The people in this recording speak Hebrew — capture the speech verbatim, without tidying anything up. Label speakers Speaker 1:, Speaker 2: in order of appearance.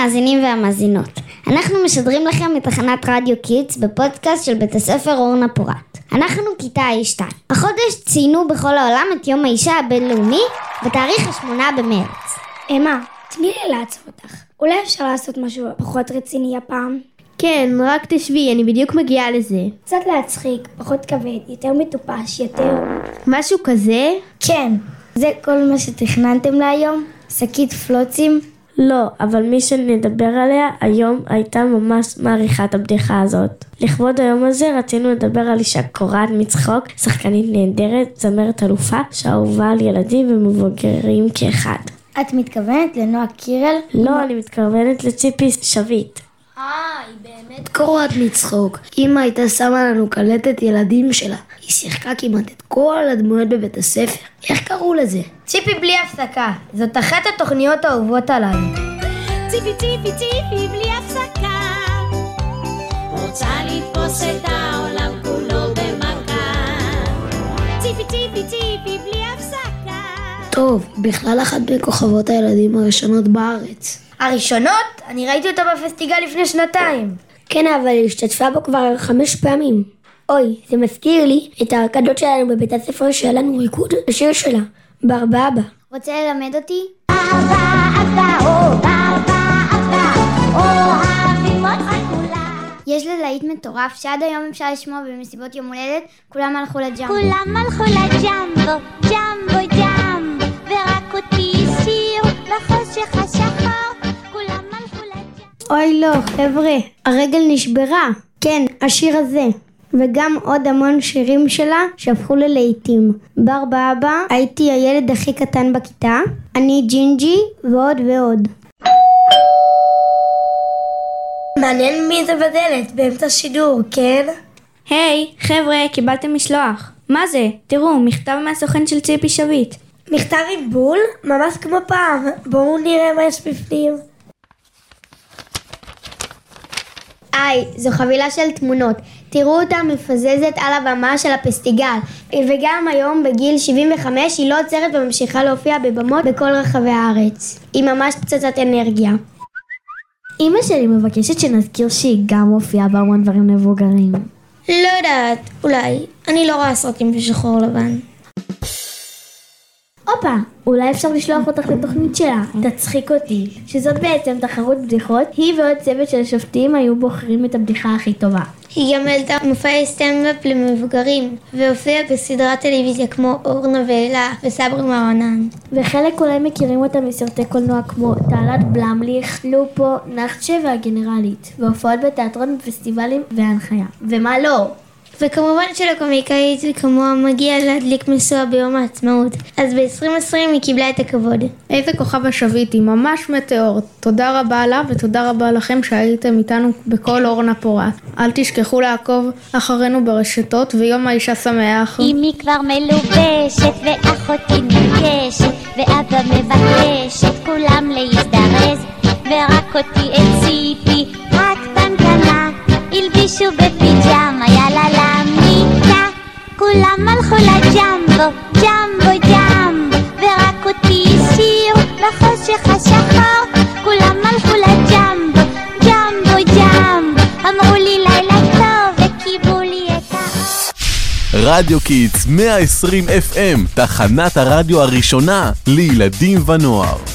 Speaker 1: המאזינים והמאזינות. אנחנו משדרים לכם מתחנת רדיו קידס בפודקאסט של בית הספר אורנה פורת. אנחנו כיתה שתיים. החודש ציינו בכל העולם את יום האישה הבינלאומי בתאריך השמונה במרץ.
Speaker 2: אמא, תני לי לעצור אותך. אולי אפשר לעשות משהו פחות רציני הפעם?
Speaker 3: כן, רק תשבי, אני בדיוק מגיעה לזה.
Speaker 2: קצת להצחיק, פחות כבד, יותר מטופש, יותר...
Speaker 3: משהו כזה?
Speaker 2: כן. זה כל מה שתכננתם להיום? שקית פלוצים?
Speaker 3: לא, אבל מי שנדבר עליה היום הייתה ממש מעריכה את הבדיחה הזאת. לכבוד היום הזה רצינו לדבר על אישה קורעת מצחוק, שחקנית נהדרת, זמרת אלופה, שאהובה על ילדים ומבוגרים כאחד.
Speaker 2: את מתכוונת לנועה קירל?
Speaker 3: לא, אני מתכוונת לציפי שביט.
Speaker 4: אה, היא באמת קורעת מצחוק. אמא הייתה שמה לנו קלטת ילדים שלה. היא שיחקה כמעט את כל הדמויות בבית הספר. איך קראו לזה?
Speaker 5: ציפי בלי הפסקה. זאת אחת התוכניות האהובות עליי.
Speaker 6: ציפי ציפי ציפי בלי הפסקה, רוצה לתפוס את העולם כולו במכה. ציפי ציפי ציפי בלי הפסקה.
Speaker 4: טוב, בכלל אחת מכוכבות הילדים הראשונות בארץ.
Speaker 5: הראשונות? אני ראיתי אותה בפסטיגל לפני שנתיים.
Speaker 2: כן, אבל היא השתתפה בו כבר חמש פעמים. אוי, זה מזכיר לי את הרקדות שלנו בבית הספר שהיה לנו ריקוד לשיר שלה, בארבע אבא.
Speaker 1: רוצה ללמד אותי? יש ללהיט מטורף שעד היום אפשר לשמוע במסיבות יום הולדת, כולם הלכו לג'מבו.
Speaker 6: כולם הלכו לג'מבו, ג'מבו ג'מבו, ורק אותי השאירו בחושך השחור. כולם הלכו לג'מבו.
Speaker 2: אוי לא, חבר'ה, הרגל נשברה. כן, השיר הזה. וגם עוד המון שירים שלה שהפכו ללהיטים. בארבע אבא הייתי הילד הכי קטן בכיתה, אני ג'ינג'י ועוד ועוד.
Speaker 5: מעניין מי זה בדלת באמצע שידור, כן?
Speaker 3: היי, חבר'ה, קיבלתם משלוח. מה זה? תראו, מכתב מהסוכן של ציפי שביט.
Speaker 5: מכתב עם בול? ממש כמו פעם. בואו נראה מה יש בפנים.
Speaker 2: היי, זו חבילה של תמונות. תראו אותה מפזזת על הבמה של הפסטיגל. וגם היום בגיל שבעים וחמש היא לא עוצרת וממשיכה להופיע בבמות בכל רחבי הארץ. היא ממש פצצת אנרגיה.
Speaker 3: אמא שלי מבקשת שנזכיר שהיא גם מופיעה בהמון דברים מבוגרים.
Speaker 4: לא יודעת, אולי. אני לא רואה סרטים בשחור לבן.
Speaker 3: אופה, אולי אפשר לשלוח אותך לתוכנית שלה, תצחיק אותי, שזאת בעצם תחרות בדיחות, היא ועוד צוות של שופטים היו בוחרים את הבדיחה הכי טובה.
Speaker 4: היא גם העלתה מופעי סטנדאפ למבוגרים, והופיעה בסדרת טלוויזיה כמו אורנה ואלה וסברי מרנן.
Speaker 3: וחלק אולי מכירים אותה מסרטי קולנוע כמו תעלת בלמליך, לופו, נחצ'ה והגנרלית, והופעות בתיאטרון ופסטיבלים והנחיה. ומה לא?
Speaker 4: וכמובן שלקומיקאית וכמוה מגיע להדליק מסוע ביום העצמאות, אז ב-עשרים עשרים היא קיבלה את הכבוד.
Speaker 7: איזה כוכב השביט, היא ממש מטאור. תודה רבה לה ותודה רבה לכם שהייתם איתנו בכל אורנה פורת. אל תשכחו לעקוב אחרינו ברשתות, ויום האישה שמח.
Speaker 6: אמי כבר מלובשת ואחותי נרגשת ואבא מבקשת כולם להזדרז, ורק אותי את ציפי רק בנקנה הלבישו בפיג'מה, יאללה למיטה. כולם הלכו לג'מבו, ג'מבו ג'מבו, ורק אותי השאירו בחושך השחור. כולם הלכו לג'מבו, ג'מבו ג'מבו, אמרו לי לילה טוב וקיבלו לי את האור.
Speaker 8: רדיו קידס מאה ועשרים אף אם, תחנת הרדיו הראשונה לילדים ונוער.